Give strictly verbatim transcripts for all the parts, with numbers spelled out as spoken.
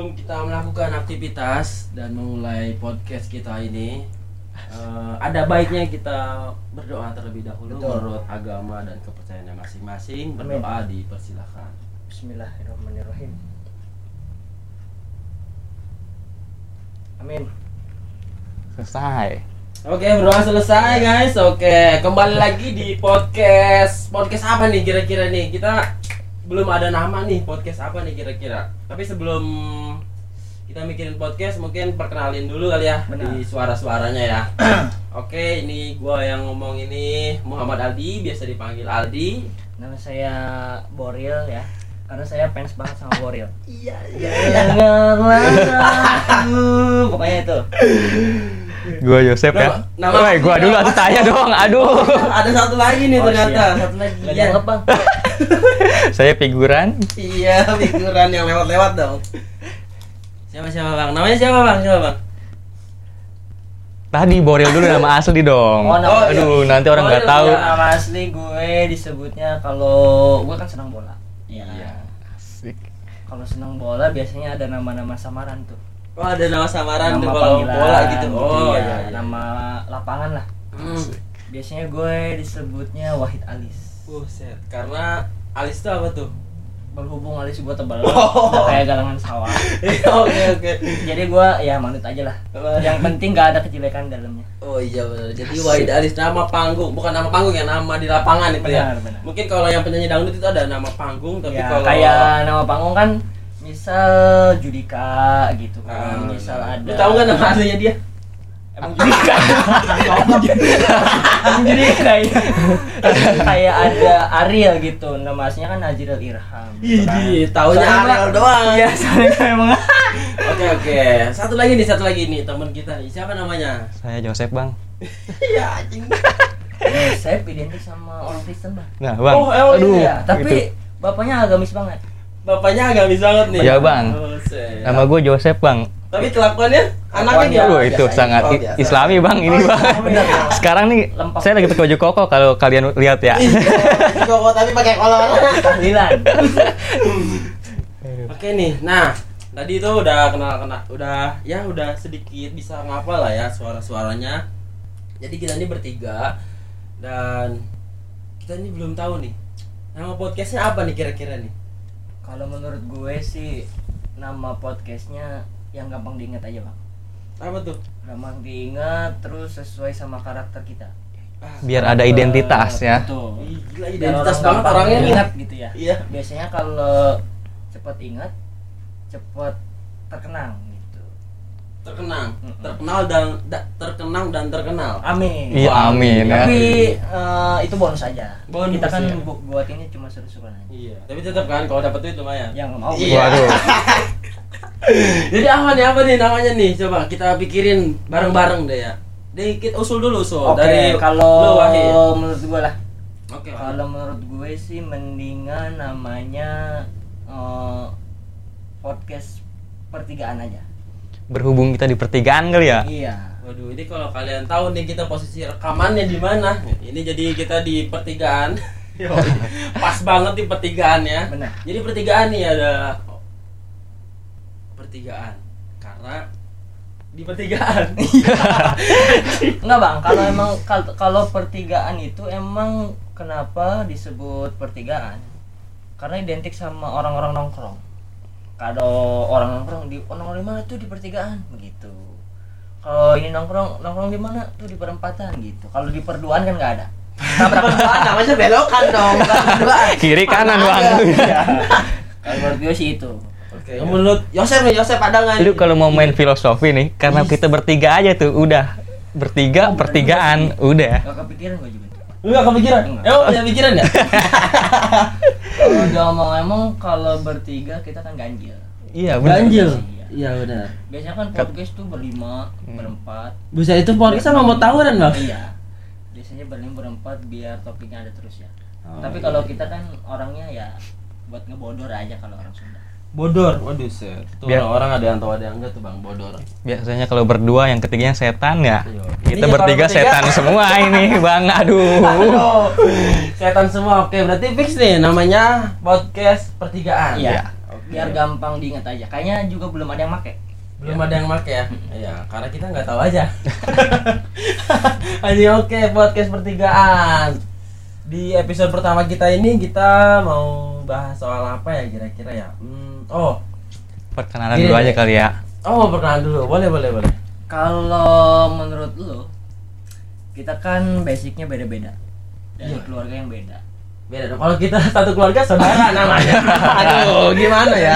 kita melakukan aktivitas dan memulai podcast kita ini, uh, ada baiknya kita berdoa terlebih dahulu. Betul. Menurut agama dan kepercayaannya masing-masing. Berdoa dipersilakan. Bismillahirrahmanirrahim. Amin. Selesai. Oke, berdoa selesai guys. Oke, kembali lagi di podcast. Podcast apa nih kira-kira nih? Kita belum ada nama nih, podcast apa nih kira-kira. Tapi sebelum kita mikirin podcast, mungkin perkenalin dulu kali ya. Benar. Di suara-suaranya ya. Oke, ini gua yang ngomong ini Muhammad Aldi, biasa dipanggil Aldi. Nama saya Boril ya. Karena saya fans banget sama Boril. Iya, iya. Pokoknya itu. Gua Joseph ya. Nama, Woi, gua dulu atuh tanya dong. Aduh. Ada satu lagi nih Oh, ternyata. siap. Satu lagi. Gak Iya. dianggap, Bang. Saya figuran. Iya, figuran yang lewat-lewat dong. Siapa siapa Bang? Namanya siapa Bang? Siapa Bang? Tadi Boril dulu nama asli dong. Oh, nama- Aduh, nanti orang nggak Boril, tahu. ya. Nama asli gue disebutnya kalau gue kan senang bola. Iya. Asik. Kalau senang bola biasanya ada nama-nama samaran tuh. Oh, ada nama samaran Nama tuh kalau panggilan, bola gitu. Oh, iya, iya, iya. Nama lapangan lah. Hmm. Biasanya gue disebutnya Wahid Alis. Buset, karena alis itu apa tuh? Berhubung alis gue tebal, Oh. udah kayak galangan sawah. Oke, oke. Jadi gue ya manut aja lah. Yang penting gak ada kejelekan dalamnya. Oh iya benar. Jadi Wahid Alis nama panggung, bukan nama panggung ya, nama di lapangan itu ya. Benar, benar. Mungkin kalau yang penyanyi dangdut itu ada nama panggung, tapi Ya, kalau kayak nama panggung kan misal Judika gitu kan. Ah, misal ada. Lu tahu nggak nama aslinya dia? Emang Judika. Emang Judika ya. Kayak ada Ariel gitu. Nama aslinya kan Najril Irham. gitu kan. Ih, taunya Soalnya Ariel emang- doang. Iya, soalnya emang. Oke oke. Satu lagi nih, satu lagi nih teman kita nih. Siapa namanya? Saya Joseph, Bang. Iya anjing. Saya identik sama orang Kristen, Bang. Nah, Bang. Oh, emang Aduh. Iya, tapi gitu. bapaknya agamis banget. Bapaknya agamis banget nih. Iya, Bang. Buset. Nama gue Joseph, Bang. Tapi kelakuannya anaknya Kelakuannya- dia. Wah, itu biasa, sangat oh, i- biasa. Islami, Bang. Ini, Oh, Bang. benar, benar. Sekarang nih Lempeng. saya lagi pakai baju koko kalau kalian lihat ya. Kok tapi pakai kolor. Tahlilan. Oke nih, nah tadi itu udah kenal kenal, udah ya udah sedikit bisa ngapal lah ya suara-suaranya. Jadi kita ini bertiga dan kita ini belum tahu nih nama podcastnya apa nih kira-kira nih. Kalau menurut gue sih nama podcastnya yang gampang diingat aja, Bang. Apa tuh? Gampang diingat terus sesuai sama karakter kita. Ah, Biar ada identitas ya. Betul. ih, gila Biar identitas orang banget gampang orangnya nih. ingat gitu ya. Iya. Biasanya kalau cepat ingat, cepat terkenang gitu. Terkenang, Mm-mm. terkenal dan da- terkenang dan terkenal. Amin. Iya, amin ya. Tapi eh, itu bonus aja. Bonus, kita kan ya. bu- buat ini cuma seru-seruan aja. Iya. Tapi tetap kan kalau dapet duit lumayan. Yang mau. Iya. Waduh. Jadi apa nih apa nih namanya nih? Coba kita pikirin bareng-bareng deh ya. Dikit usul dulu usul Oke, dari kalau lu, Wahid. menurut gue lah. Oke. Wahid. Kalau menurut gue sih mendingan namanya eh, podcast pertigaan aja. Berhubung kita di pertigaan kali ya. Iya. Waduh, ini kalau kalian tahu nih kita posisi rekamannya di mana? Ini jadi kita di pertigaan. Yoi. Pas banget di pertigaan ya. Benar. Jadi pertigaan nih ada pertigaan karena di pertigaan. Enggak, Bang, kalau emang kal- kalau pertigaan itu emang kenapa disebut pertigaan? Karena identik sama orang-orang nongkrong. Kalau orang nongkrong di oh, nongkrong di mana tuh di pertigaan begitu. Kalau ini nongkrong nongkrong di mana tuh di perempatan gitu. Kalau di perduaan kan nggak ada. Tabrak perduaan namanya belokan dong, bukan perduaan. Kiri kanan, Bang. Iya. Kalau menurut gue sih itu. Oke, menurut Yosef nih, Yosef ada nggak? Lu kalau mau main filosofi nih, karena kita bertiga aja tuh, udah bertiga, Oh, bener pertigaan, juga udah. Gak kepikiran gue juga. Lu nggak kepikiran? Enggak. Emang punya pikiran ya? Kalau udah ngomong emang kalau bertiga kita kan ganjil. Iya, benar. Ganjil. Iya. Iya benar. Biasanya kan podcast tuh berlima, berempat. Bisa itu podcast sama mau tawuran bang? Iya. Biasanya berlima berempat biar topiknya ada terus ya. Oh, Tapi iya. kalau kita kan orangnya ya buat ngebodor aja kalau orang Sunda. Bodor, waduh set. Tuh Biar- orang ada yang tahu ada yang enggak tuh bang, bodor. Biasanya kalau berdua yang ketiganya setan ya. Iya. Kita Ini bertiga kalau bertiga- setan semua ini, Bang. Aduh. Aduh, setan semua. Oke, berarti fix nih namanya podcast pertigaan. Iya. Oke, biar gampang diingat aja. Kayaknya juga belum ada yang make. Belum ya. Ada yang make ya? Iya, karena kita nggak tahu aja. Aja oke, podcast pertigaan. Di episode pertama kita ini kita mau bahas soal apa ya kira-kira ya? Hmm, oh, perkenalan dulu aja kali ya. Oh, perkenalan dulu. Boleh, boleh, boleh. Kalau menurut lo, kita kan basicnya beda-beda. Dari Iya. keluarga yang beda. Beda dong. Kalau kita satu keluarga saudara namanya. Aduh, gimana ya?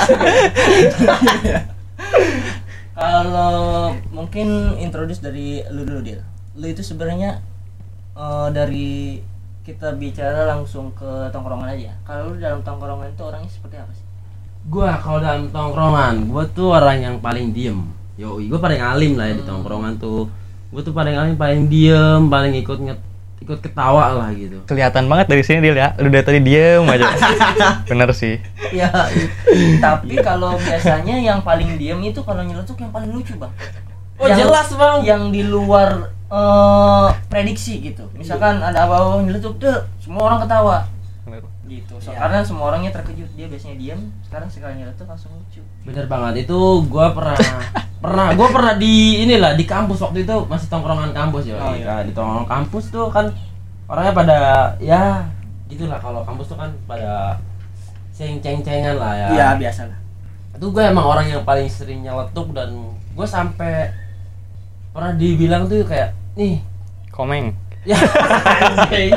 Kalau mungkin introduce dari lu dulu Dil. Lu itu sebenarnya uh, dari kita bicara langsung ke tongkrongan aja. Kalau lu dalam tongkrongan itu orangnya seperti apa sih? Gua kalau dalam tongkrongan, gua tuh orang yang paling diem. Yoi, gua paling alim lah ya di tongkrongan tuh. Gua tuh paling alim, paling diem, paling ikut nget, ikut ketawa lah gitu. Kelihatan banget dari sini Dil ya. Lu dari tadi diem aja. Bener sih. Ya, tapi kalau biasanya yang paling diem itu kalau nyeletuk yang paling lucu, Bang. Oh, Yang- jelas, Bang. Yang di luar eh, prediksi gitu. Misalkan ada apa-apa nyeletuk, deh, semua orang ketawa. Bener. Gitu. So, Ya. karena semua orangnya terkejut, dia biasanya diem, sekarang sekali nyeletuk langsung lucu. Bener banget, itu gua pernah pernah gua pernah di inilah di kampus waktu itu masih tongkrongan kampus ya. Oh, iya. Nah, di tongkrongan kampus tuh kan orangnya pada ya gitulah, kalau kampus tuh kan pada ceng-ceng-cengan lah ya. Iya, biasalah. Itu gue emang orang yang paling sering nyeletuk dan gue sampai pernah dibilang tuh kayak nih Komeng. ya anjing.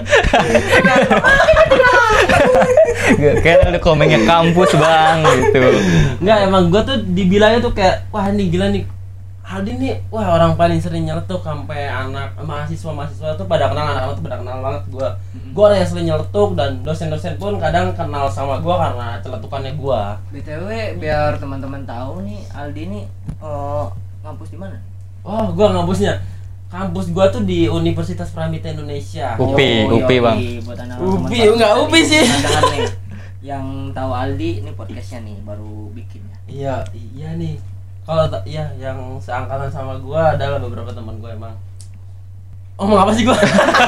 Kayak ada komengnya kampus bang gitu. Nggak, emang gue tuh dibilangnya tuh kayak wah ini gila nih Aldi nih, wah orang paling sering nyeletuk sampai anak mahasiswa-mahasiswa tuh pada kenal, anak-anak tuh pada kenal banget gue. Gue orang yang sering nyeletuk dan dosen-dosen pun kadang kenal sama gue karena celetukannya gue. B T W biar teman-teman tahu nih, Aldi nih eh, ngampus di mana? Oh, gue ngampusnya kampus gue tuh di Universitas Pramita Indonesia. U P I, Yo, U P I, yoi, Bang. Buat anak U P I, enggak U P I sih. Dengar nih. Yang tahu Aldi ini podcastnya nih baru bikin ya. Iya, iya nih. Kalau ta- iya yang seangkatan sama gua adalah beberapa teman gua emang. Ngomong apa sih gua?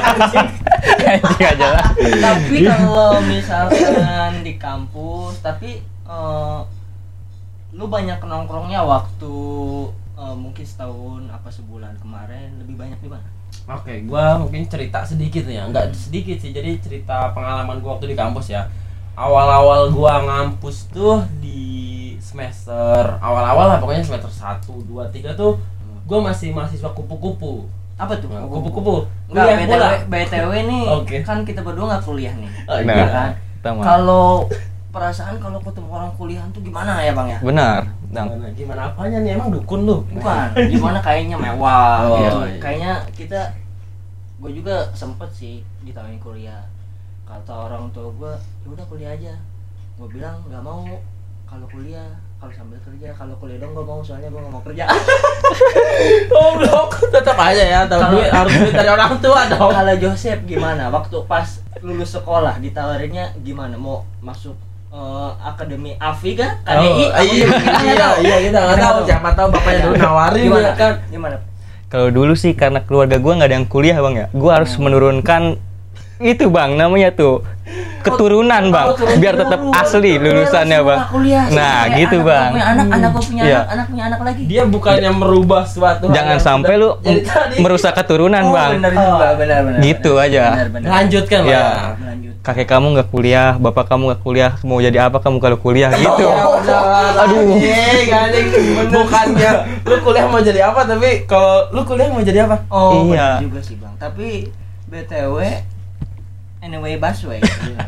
Anjing aja lah. Tapi kalau misalkan di kampus, tapi eh, lu banyak nongkrongnya waktu eh, mungkin setahun apa sebulan kemarin lebih banyak di mana? Oke, gua mungkin cerita sedikit ya. Enggak sedikit sih. Jadi cerita pengalaman gua waktu di kampus ya. Awal-awal gua ngampus tuh di semester awal-awal lah, pokoknya semester satu, dua, tiga tuh gua masih mahasiswa kupu-kupu. Apa tuh? Nah, kupu-kupu. Enggak, Kuliah B T W, pula. B T W nih Oke. kan kita berdua nggak kuliah nih. Oh, Nah, iya. kan? kita mah. Kalau perasaan kalau ketemu orang kuliahan tuh gimana ya Bang ya? Benar. Bang. Gimana, gimana apanya nih, emang dukun lu? Bukan, gimana kayaknya mewah Oh, gitu. iya. Kayaknya kita, gue juga sempet sih ditawarin kuliah. Kata orang tua gue, ya udah kuliah aja. Gue bilang nggak mau kalau kuliah, kalau sambil kerja. Kalau kuliah dong gue mau, soalnya gue nggak mau kerja. Goblok, tetap aja ya, tahu Kalau- duit harus duit dari orang tua dong. Kalau Joseph gimana? Waktu pas lulus sekolah ditawarinnya gimana? Mau masuk eh, akademi A F I kah? K D I? Oh, Apa iya, gitu? Kita nggak iya, tahu. iya, kita nggak Kita tahu. Siapa tahu bapaknya dulu nawarin Gimana? ya kan. Gimana? Kalau dulu sih karena keluarga gua nggak ada yang kuliah bang ya, gua harus menurunkan itu bang, namanya tuh keturunan bang, Oh, turun biar tetap dulu. asli lulusannya Semua bang. kuliah, Nah sampai gitu anak bang. gua punya anak, anak gue punya Iya. anak, anak punya anak lagi. Dia bukannya merubah suatu hal Jangan yang sampai sudah lu jadi tadi. merusak keturunan Oh, bang. benar juga, benar benar. Gitu benar. aja. Benar, benar. Lanjutkan lah. Iya. Lanjut. Kakek kamu nggak kuliah, bapak kamu nggak kuliah, mau jadi apa kamu kalau kuliah gitu. Ya udah, Aduh. anjing, anjing. Bukannya lu kuliah mau jadi apa, tapi kalau lu kuliah mau jadi apa? Oh, Iya. benar juga sih bang. Tapi B T W, anyway busway.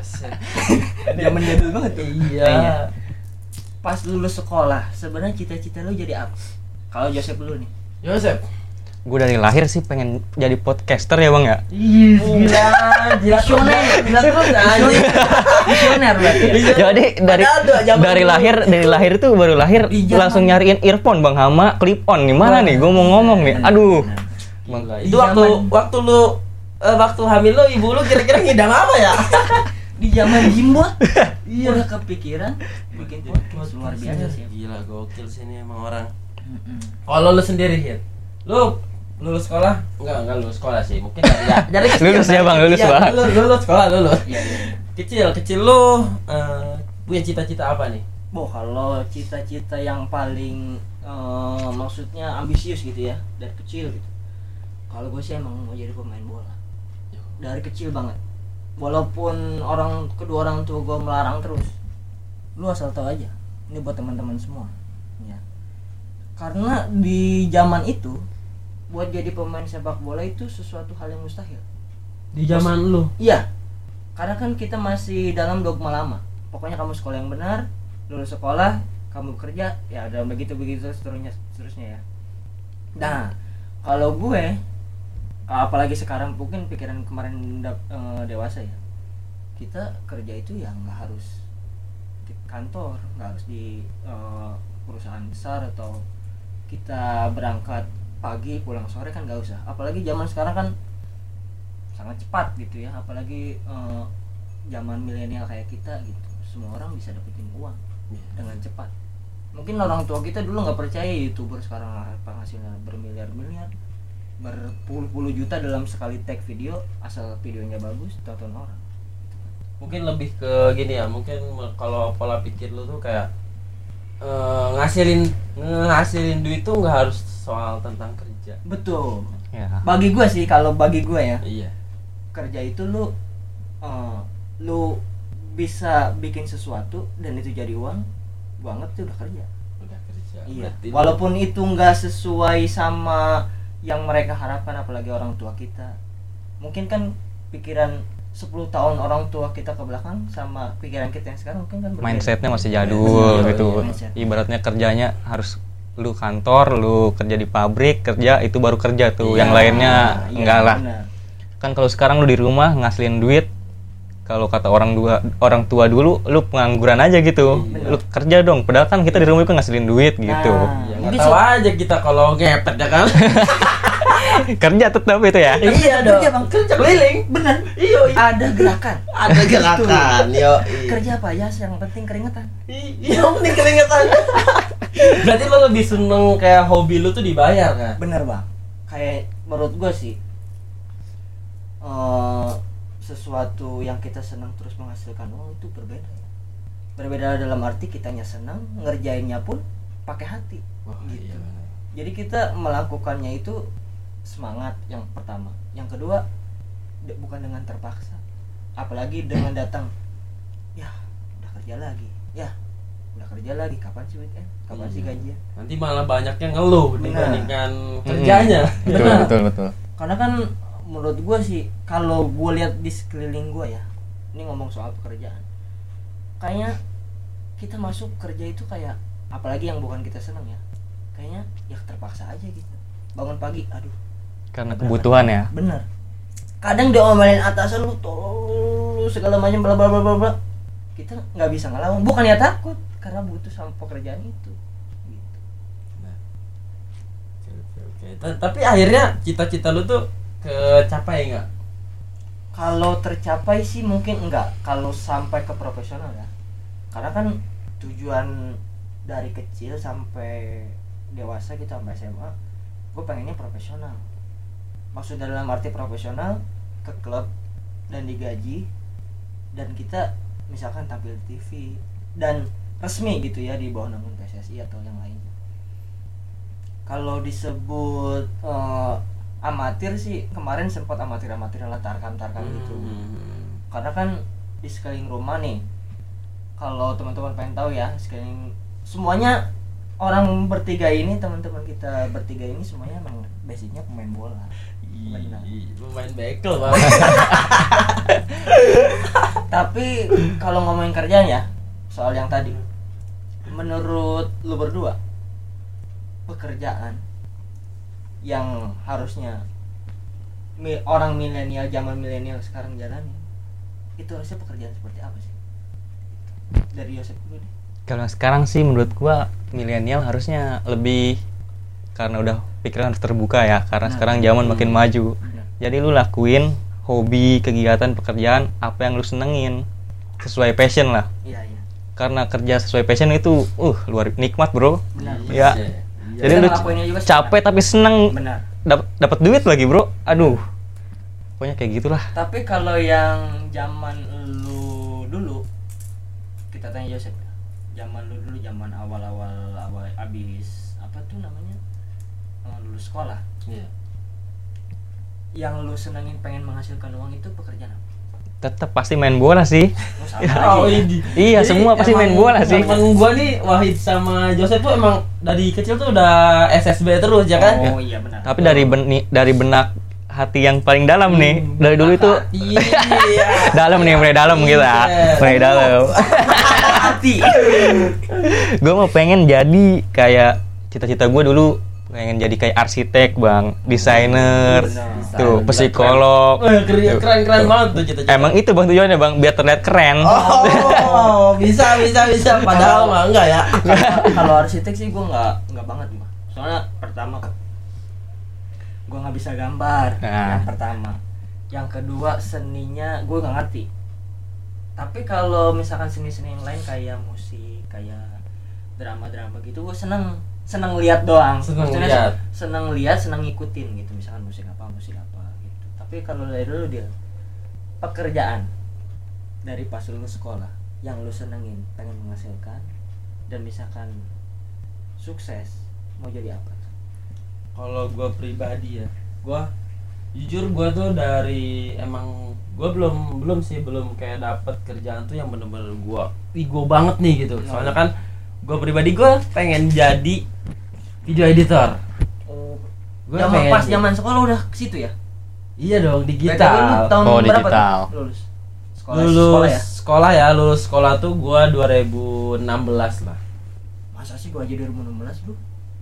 Zaman jadul banget tuh. Iya. Kayaknya. Pas lulus sekolah, sebenarnya cita-cita lu jadi apa? Kalau Joseph dulu nih. Yosep. Gue dari lahir sih pengen jadi podcaster ya bang ya. Ih, gila, gila Visioner, gila terus anjing. Visioner berarti ya. Jadi dari Padahal tuh zaman dari dulu. lahir dari lahir tuh baru lahir Di zaman- langsung nyariin earphone bang sama clip on. Gimana nih? Gue mau ngomong nih. Aduh. Bang. Gila, itu waktu waktu lu eh, waktu hamil lu ibu lu kira-kira ngidam apa ya? Di zaman jimbot, iya udah kepikiran bikin podcast luar biasa sih. Gila, gokil sih ini emang orang. Kalau lu sendiri, Hit, lu lulus sekolah? Enggak, enggak lulus sekolah sih. Mungkin dari ya, dari kecil. Lulus ya, Bang, lulus, Iya, Bang. Lulus, lulus sekolah, lulus. Iya, iya. Kecil, kecil lu eh, punya cita-cita apa nih? Boh, kalau cita-cita yang paling eh, maksudnya ambisius gitu ya dari kecil gitu. Kalau gue sih emang mau jadi pemain bola dari kecil banget. Walaupun orang kedua orang tua gue melarang terus, lu asal tahu aja. Ini buat teman-teman semua. Ya. Karena di zaman itu buat jadi pemain sepak bola itu sesuatu hal yang mustahil. Di zaman lu. Iya. Karena kan kita masih dalam dogma lama. Pokoknya kamu sekolah yang benar, lulus sekolah, kamu kerja, ya ada begitu-begitu seterusnya seterusnya ya. Nah, kalau gue apalagi sekarang mungkin pikiran kemarin e, dewasa ya. Kita kerja itu ya nggak harus di kantor, nggak harus di e, perusahaan besar atau kita berangkat pagi pulang sore kan nggak usah. Apalagi zaman sekarang kan sangat cepat gitu ya. Apalagi e, zaman milenial kayak kita gitu. Semua orang bisa dapetin uang dengan cepat. Mungkin orang tua kita dulu nggak percaya YouTuber sekarang penghasilnya bermiliar-miliar, berpuluh-puluh juta dalam sekali tag video, asal videonya bagus tonton orang. Mungkin lebih ke gini ya, mungkin kalau pola pikir lu tuh kayak uh, ngasilin ngasilin duit tuh nggak harus soal tentang kerja. Betul. Ya. Bagi gue sih, kalau bagi gue ya, Iya. kerja itu lu uh, lu bisa bikin sesuatu dan itu jadi uang, gua anggap itu udah kerja. Udah kerja. Iya. Berarti lu- Walaupun itu nggak sesuai sama yang mereka harapkan, apalagi orang tua kita. Mungkin kan pikiran sepuluh tahun orang tua kita ke belakang sama pikiran kita yang sekarang mungkin kan berbeda. Mindsetnya masih Iya, jadul iya, gitu. mindset. Ibaratnya kerjanya harus lu kantor, lu kerja di pabrik, kerja itu baru kerja tuh. Iya, Yang lainnya Iya, enggak lah. benar. Kan kalau sekarang lu di rumah ngasilin duit, kalau kata orang dua orang tua dulu, lu pengangguran aja gitu. Iya. Lu kerja dong. Padahal kan kita di rumah juga ngasilin duit gitu. Nah. Ya, Mungkin nggak tahu se- aja kita kalau ngepet ya kan. Kerja tetap itu ya. Iya dong. Kerja bang, kerja keliling. Bener. Iyo, Ada gerakan. ada gerakan. Yo. Kerja apa ya? Yang penting keringetan. Iya, penting keringetan. Berarti lo lebih seneng kayak hobi lu tuh dibayar kan? Bener bang. Kayak menurut gue sih eh, sesuatu yang kita senang terus menghasilkan uang itu berbeda ya. Berbeda dalam arti kitanya senang, ngerjainnya pun pakai hati. Wah, Gitu. iya. Jadi kita melakukannya itu semangat yang pertama. Yang kedua de- bukan dengan terpaksa. Apalagi dengan datang, ya udah kerja lagi, ya udah kerja lagi. Kapan sih weekend? Kapan sih Iya. gajian? Nanti malah banyaknya ngeluh Benar. dibandingkan kerjanya. Betul, Benar. betul, betul. Karena kan menurut gue sih, kalau gue lihat di sekeliling gue ya, ini ngomong soal pekerjaan, kayaknya kita masuk kerja itu kayak, apalagi yang bukan kita senang ya, kayaknya ya terpaksa aja gitu. Bangun pagi, aduh. Karena kebutuhan ya. Bener. Kadang diomelin atasan lu, tolol lu segala macam bla bla bla bla bla. Kita nggak bisa ngelawan, bukannya takut, karena butuh sama pekerjaan itu. Gitu. Nah. Oke, oke, oke. Ta- Tapi akhirnya cita-cita lu tuh kecapai nggak? Kalau tercapai sih mungkin enggak, kalau sampai ke profesional ya. Karena kan tujuan dari kecil sampai dewasa gitu, sampai S M A, gue pengennya profesional. Maksud dalam arti profesional, ke klub dan digaji, dan kita misalkan tampil di T V dan resmi gitu ya, di bawah naungan P S S I atau yang lainnya. Kalau disebut eh, amatir sih, kemarin sempat amatir-amatir lah, tarkam-tarkam gitu. Hmm. Karena kan di sekeliling rumah nih, kalau teman-teman pengen tahu ya, sekeliling semuanya orang bertiga ini, teman-teman kita bertiga ini semuanya emang basicnya pemain bola. Benar. Ih, pemain bekel bang. Tapi kalau ngomongin kerjaan ya, soal yang tadi, menurut lu berdua, pekerjaan yang harusnya mi- orang milenial, zaman milenial sekarang jalani, itu harusnya pekerjaan seperti apa sih? Dari Yosep dulu deh. Kalau sekarang sih menurut gua milenial harusnya lebih, karena udah pikiran harus terbuka ya, karena Nah. sekarang zaman makin maju. Benar. Jadi lu lakuin hobi, kegiatan, pekerjaan apa yang lu senengin sesuai passion lah. Iya, iya. Karena kerja sesuai passion itu uh luar nikmat, Bro. Benar. Ya. Iya. Jadi Kita lu ngelakuinnya juga capek senang. tapi seneng, Benar. dap- dapat duit lagi, Bro. Aduh. Pokoknya kayak gitulah. Tapi kalau yang zaman lu dulu, kita tanya Yosep ya. zaman lu dulu, zaman awal-awal awal abis apa tuh namanya eh, lulus sekolah, Iya. yang lu senengin pengen menghasilkan uang itu pekerjaan apa? Tetap pasti main bola sih. Oh, sama Oh, aja ya. ini. Iya, semua pasti main bola sih. Temen gua nih Wahid sama Joseph tuh emang dari kecil tuh udah S S B terus ya kan? Oh iya benar. Tapi dari beni, dari benak hati yang paling dalam nih. Dari dulu itu Iya. dalam nih, mulai dalam kita. Mulai dalam. hati. Gue mau pengen jadi kayak cita-cita gue dulu pengen jadi kayak arsitek bang, desainer, Benar. tuh psikolog. Eh, keren keren keren banget tuh cita-cita. Emang itu bang tujuannya bang, biar terlihat keren. Oh, bisa bisa bisa. Padahal mah enggak ya. Kalau arsitek sih gue nggak nggak banget mah. Soalnya pertama gue nggak bisa gambar. Nah. Yang pertama. Yang kedua seninya gue nggak ngerti. Tapi kalau misalkan seni-seni yang lain kayak musik, kayak drama-drama gitu, gue seneng seneng lihat doang. Seneng Maksudnya lihat. seneng lihat, seneng ngikutin gitu. Misalkan musik apa, musik apa gitu. Tapi kalau dari dulu dia pekerjaan dari pas lu sekolah yang lu senengin, pengen menghasilkan, dan misalkan sukses, mau jadi apa? Kalau gue pribadi ya, gue jujur gue tuh dari emang gue belum belum sih belum kayak dapet kerjaan tuh yang bener-bener gue ih gue banget nih gitu. Soalnya kan gue pribadi gue pengen jadi video editor. Oh, Gua zaman pengen pas jadi- zaman sekolah udah ke situ ya? Iya dong, B T W lu digital. tahun Oh, berapa digital. tuh lulus? Sekolah, Lulus sekolah ya? sekolah ya, lulus sekolah tuh gue dua ribu enam belas lah. Masa sih gua aja dua ribu enam belas bro?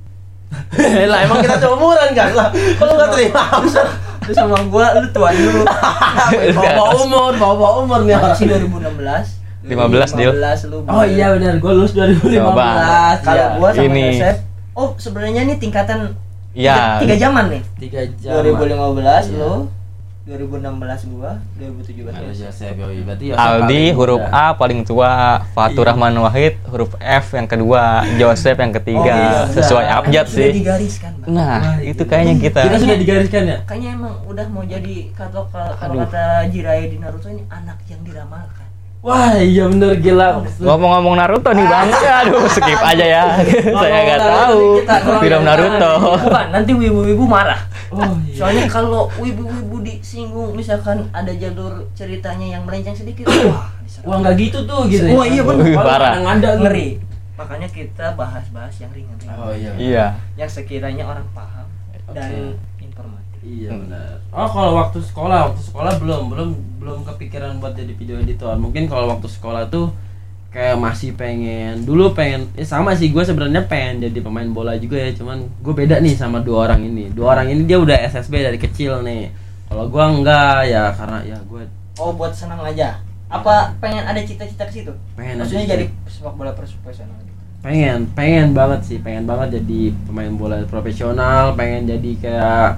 Lah emang kita seumuran kan lah. Kalau nggak terima. Lu sama gua, lu tua dulu. Bawa umur, bawa umur nih. Masa sih dua ribu enam belas? lima belas, Dil. Lu. Oh iya benar, gue lulus dua ribu lima belas. Kalau Iya. gua sama Ini. Yosef, oh sebenarnya ini tingkatan Ya. tiga, tiga zaman nih. tiga jam. dua ribu lima belas Iya. lu, dua ribu enam belas gua, dua ribu tujuh belas Ada Yosef. Joseph, yoi. Berarti Yosef Aldi paling huruf muda. A paling tua, Fatur Iya. Rahman Wahid huruf F yang kedua, Joseph yang ketiga. Oh, iya. Sesuai abjad Sudah sih. digariskan, Bang. Nah, Wah, itu gila. kayaknya kita. Kita sudah digariskan ya? Kayaknya emang udah mau jadi kalau kalau Aduh. kata Jiraiya di Naruto ini anak yang diramalkan. Wah, iya bener gila. Ngomong-ngomong Naruto nih bang, aduh skip aja ya. Saya nggak Naruto tahu nih kita, kalau film yang Naruto. Bukan, nanti wibu-wibu marah. Oh iya. Soalnya kalau wibu-wibu disinggung, misalkan ada jalur ceritanya yang melenceng sedikit, wah, diserang. Wah nggak gitu tuh gitu. Wah, iya bener. Wih, parah. Ada Ngeri. Makanya kita bahas-bahas yang ringan-ringan. Oh iya. Iya. Yang sekiranya orang paham dan informatif. Iya Hmm. benar. Oh kalau waktu sekolah, waktu sekolah belum belum belum kepikiran buat jadi video editor. Mungkin kalau waktu sekolah tuh kayak masih pengen dulu pengen eh sama sih gue sebenarnya pengen jadi pemain bola juga ya, cuman gue beda nih sama dua orang ini. Dua orang ini dia udah S S B dari kecil nih. Kalau gue enggak ya karena ya gue Oh, buat senang aja. Apa pengen ada cita-cita ke situ? pengen Maksudnya aja jadi sepak bola profesional gitu. pengen pengen banget sih pengen banget jadi pemain bola profesional, pengen jadi kayak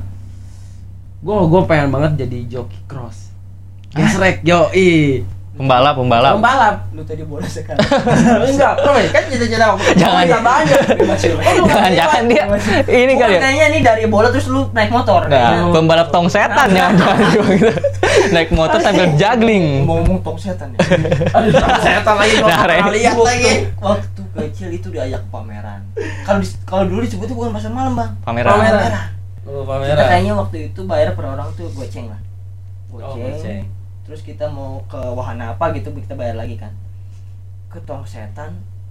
gue gue pengen banget jadi joki cross gesrek yoi Pembalap, pembalap. pembalap. Lu tadi bola sekarang. Enggak, Roy, kan cita-cita aku. Jangan. Enggak banyak. Jangan-jangan dia ini kali ya. Kayaknya ini dari bola terus lu naik motor. Nah, pembalap tong setan ya. Gitu. Naik motor sambil juggling. Ngomong tong setan ya. Aduh, setan lagi gua Nah, pernah Re. lihat lagi. Waktu kecil itu diajak pameran. Kalau di, kalau dulu disebutnya bukan pasar malam, Bang. Pameran. Pameran. Oh, Kita pameran. kayaknya waktu itu bayar per orang tuh goceng lah. Oh, Goceng. goceng. Terus kita mau ke wahana apa gitu kita bayar lagi kan. Ke tong setan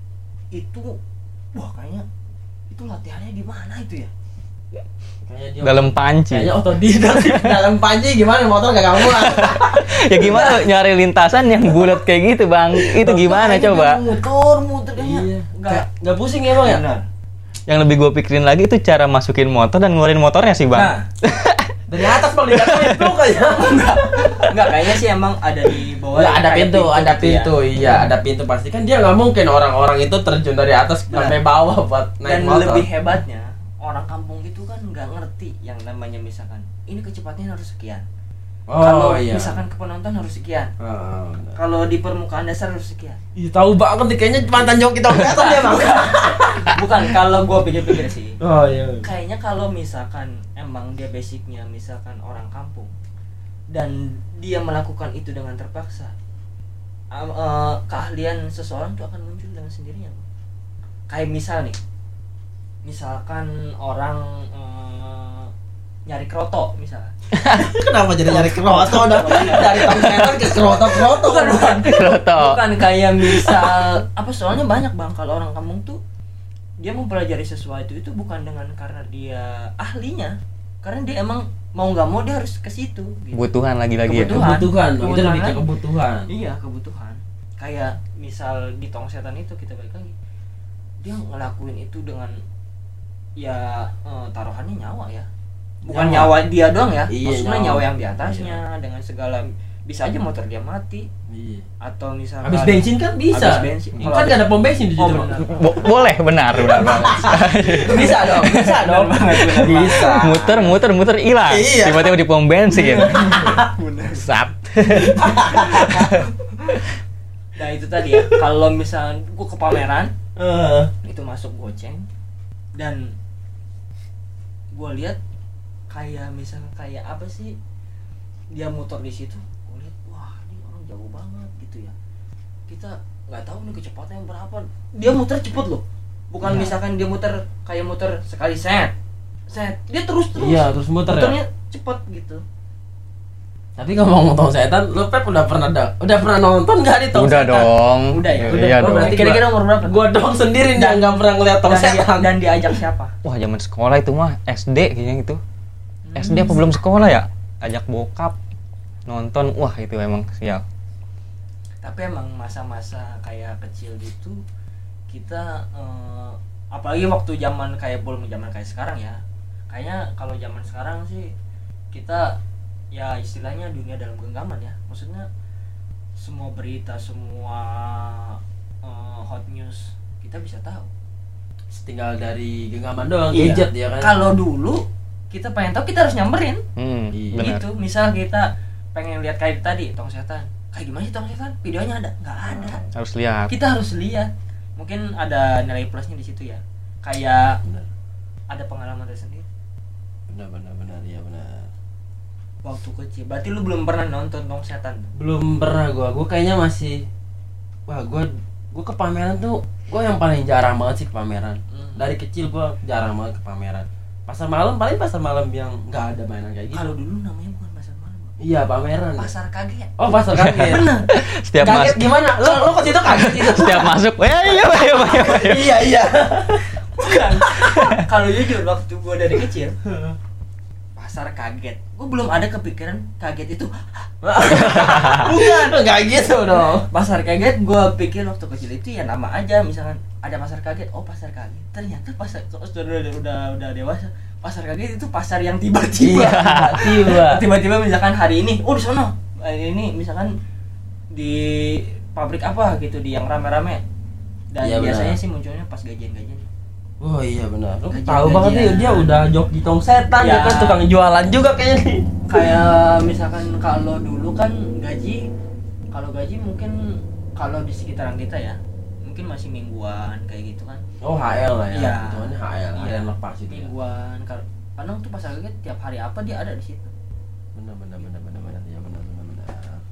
itu wah kayaknya itu latihannya di mana itu ya? Kayaknya dia Dalam panci. Kayaknya otodidak sih. Dalam panci gimana motor gak kamu lah. Ya gimana nyari lintasan yang bulat kayak gitu, Bang? Itu gimana Kayaknya coba? dia muter muter kayaknya. Iya. Enggak. Enggak enggak pusing ya, Bang ya? Benar. Yang lebih gue pikirin lagi itu cara masukin motor dan ngeluarin motornya sih, Bang. Nah, Dari atas Bang dijatuhin itu kayaknya. enggak kayaknya sih emang ada di bawah. Ya, ada kayak pintu, ada gitu ya. pintu, iya, ada pintu pasti kan dia nggak mungkin orang-orang itu terjun dari atas Benar. sampai bawah buat naik Dan motor. lebih hebatnya orang kampung itu kan nggak ngerti yang namanya misalkan ini kecepatannya harus sekian. Oh Kalau iya. misalkan ke penonton harus sekian. Oh, benar. Kalau di permukaan dasar harus sekian. Ih, tahu banget nih kayaknya mantan joki tahu kelihatan dia Bang. Bukan kalau gua pikir-pikir sih. Oh iya. Kayaknya kalau misalkan emang dia basicnya misalkan orang kampung dan dia melakukan itu dengan terpaksa, um, uh, keahlian seseorang tuh akan muncul dengan sendirinya. Kayak misal nih, misalkan orang uh, nyari kroto misal. Kenapa jadi nyari kroto? Dari tong setan ke kroto-kroto. Bukan, bukan. Kroto. Bukan kayak misal apa, soalnya banyak bang kalau orang kampung tuh dia mempelajari sesuatu itu bukan dengan karena dia ahlinya, karena dia emang mau nggak mau dia harus ke situ. Gitu. Kebutuhan lagi-lagi ya. Kebutuhan. Kebutuhan, itu Kebutuhan lebih ke lagi. kebutuhan. Iya kebutuhan. Kayak misal di tong setan itu kita balik lagi, dia ngelakuin itu dengan ya eh, taruhannya nyawa ya. Bukan Nyawa. nyawa, dia doang ya. Iya, Maksudnya nyawa. nyawa yang di atasnya dengan segala, bisa aja motor dia mati Iya. atau misalkan Habis bensin kan bisa. Habis bensin. Kan nggak ada pom bensin di Oh, situ. benar. Bo- boleh, benar, benar banget. Bisa dong, bisa dong. Bisa. muter, muter, muter hilang. Iya. Tiba-tiba di pom bensin. Sap. Nah itu tadi ya, kalau misalnya gua ke pameran Eh, itu masuk goceng dan gua lihat kayak misalnya kayak apa sih, dia muter di situ, gua lihat wah ini orang jauh banget gitu ya, kita nggak tahu nih kecepatannya berapa, dia muter cepet loh, bukan Iya. misalkan dia muter kayak muter sekali set set, dia terus terus Iya, terus muter ya? muternya cepet gitu. Tapi ngomong tong setan, lu Pep udah pernah da- udah pernah nonton nggak di tong Udah setan? dong. Udah ya? Udah. Iya Oh, dong. berarti Kira-kira umur berapa? Gua dong sendiri nih yang nggak pernah ngeliat tong dan, setan. dan diajak siapa? Wah, zaman sekolah itu mah S D kayaknya gitu. S D apa belum sekolah ya? Ajak bokap nonton. Wah, itu emang sial. Tapi emang masa-masa kayak kecil gitu kita eh, apalagi waktu zaman kayak belum zaman kayak sekarang ya, kayaknya kalau zaman sekarang sih kita ya istilahnya dunia dalam genggaman ya, maksudnya semua berita, semua eh, hot news kita bisa tahu. Tinggal dari genggaman doang, Iya. gadget ya kan. Kalau dulu kita pengen tahu kita harus nyamperin Hmm, Iya. benar. gitu, misal kita pengen lihat kayak tadi tong setan, kayak gimana sih tong setan, videonya ada nggak ada, Harus lihat. kita harus lihat. Mungkin ada nilai plusnya di situ ya, kayak Benar. ada pengalaman tersendiri Benar benar benar ya benar. waktu kecil. Berarti lu belum pernah nonton tong setan? Belum pernah gua. Gua kayaknya masih wah, gua gua ke pameran tuh gua yang paling jarang banget sih ke pameran. Hmm. Dari kecil gua jarang banget ke pameran. Pasar malam paling pasar malam yang nggak ada mainan kayak gitu. Kalau dulu namanya bukan pasar malam, Bang. Iya, pameran. Pasar kaget. Oh, pasar kaget. Bener. Setiap Kaget masuk, gimana? Lo lo ke situ kaget itu. setiap masuk. Eh, iya, iya, iya, iya. Iya, iya. Bukan. Kalau jujur waktu gua dari kecil pasar kaget, gua belum ada kepikiran kaget itu. Bukan, enggak gitu dong. Pasar kaget gua pikir waktu kecil itu ya nama aja, misalkan ada pasar kaget, oh pasar kaget. Ternyata pasar sudah udah, udah udah dewasa, pasar kaget itu pasar yang tiba-tiba. Iya, tiba-tiba. Tiba-tiba misalkan hari ini, oh di sana. Hari ini misalkan di pabrik apa gitu, di yang rame-rame. Dan Iya, biasanya benar. sih munculnya pas gajian-gajian. Oh iya benar. Lu Gajian- tahu banget nih gajian. dia udah joki tong setan Ya. ya kan, tukang jualan juga kayaknya nih. Kayak misalkan kalau dulu kan gaji, kalau gaji mungkin kalau di sekitaran kita ya, mungkin masih mingguan kayak gitu kan. Oh, H L lah ya. Iya. Hitungannya H L, Iya. harian lepas itu ya. Mingguan. Kar- Kadang tuh pasar kaget tiap hari apa dia ada di situ. Benar benar benar benar benar ya benar benar benar.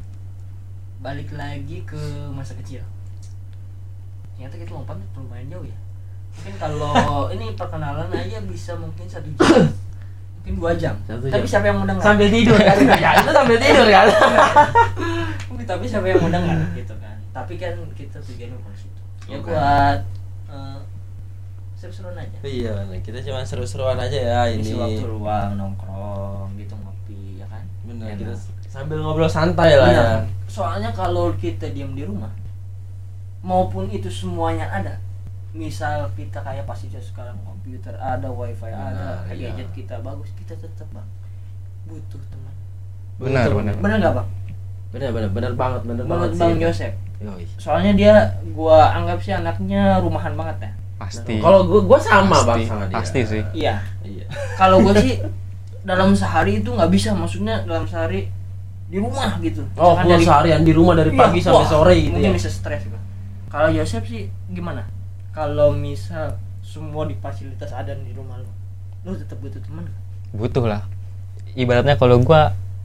Balik lagi ke masa kecil. Ternyata kita lompat lumayan jauh ya. Mungkin kalau ini perkenalan aja bisa mungkin satu jam, mungkin dua jam. Satu Tapi jam. siapa yang mau dengar? Sambil tidur kan? Ya, itu sambil tidur kan. Mungkin tapi siapa yang mau dengar gitu kan. Tapi kan kita tujuannya bukan situ. Ya Oke. buat eh, seru-seruan aja. Iya, nah, kita cuma seru-seruan aja ya Isi ini. waktu luang nongkrong gitu, ngopi ya kan. Benar, Enak. kita sambil ngobrol santai lah ya. Benar. Soalnya kalau kita diam di rumah, maupun itu semuanya ada, misal kita kayak pasti sekarang komputer ada, wifi ada, Benar, iya. gadget kita bagus, kita tetap bang butuh teman. Benar, Betul. benar. Bener nggak bang? Benar benar benar banget, benar Menurut banget bang sih. Yosep, Yoi. soalnya dia gua anggap sih anaknya rumahan banget ya. Pasti. Kalau gua gua sama Pasti, Bang sama dia. pasti sih. Iya. Iya. Kalau gua sih dalam sehari itu nggak bisa, maksudnya dalam sehari di rumah gitu. Oh, Misalkan gua dari- seharian di rumah dari Iya, pagi sampai wah, sore gitu mungkin ya. bisa stres gua. Kalau Yosep sih gimana? Kalau misal semua di fasilitas ada di rumah lu, lu tetap butuh teman nggak? Butuh lah. Ibaratnya kalau gua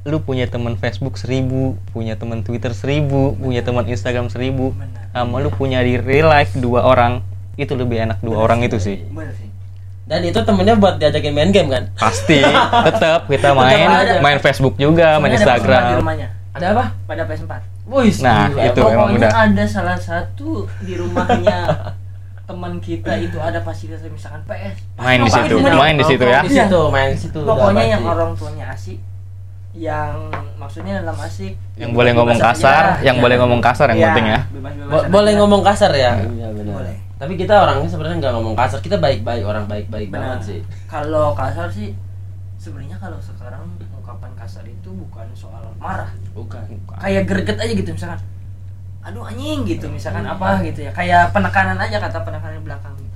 lu punya teman Facebook seribu, punya teman Twitter seribu, punya teman Instagram seribu, Benar. sama lu punya di real life dua orang, itu lebih enak dua orang itu sih. Bener sih. Dan itu temennya buat diajakin main game kan? Pasti, tetap kita main, ada. main Facebook juga, main Soalnya ada P S empat di Instagram. rumahnya. Ada apa? Pada P S empat. Wih, Nah, gila, itu emang. emang Pokoknya udah. ada salah satu di rumahnya teman kita itu ada fasilitas misalkan P S. Main di Pasti situ, main. main di situ ya. Di situ, main di situ. Pokoknya udah yang pasti. orang tuanya asik, yang maksudnya dalam asik, Yang boleh ngomong bebas kasar, aja. yang Ya. boleh ngomong kasar yang Iya, penting ya. bebas-bebasan Bo- aja. boleh ngomong kasar ya? Iya benar. Boleh. Tapi kita orangnya sebenarnya nggak ngomong kasar. Kita baik-baik, orang baik-baik Benar. banget sih. Kalau kasar sih sebenarnya kalau sekarang ungkapan kasar itu bukan soal marah, Bukan. kayak greget aja gitu misalkan. Aduh anjing gitu misalkan apa gitu ya. Kayak penekanan aja kata penekanan di belakang gitu.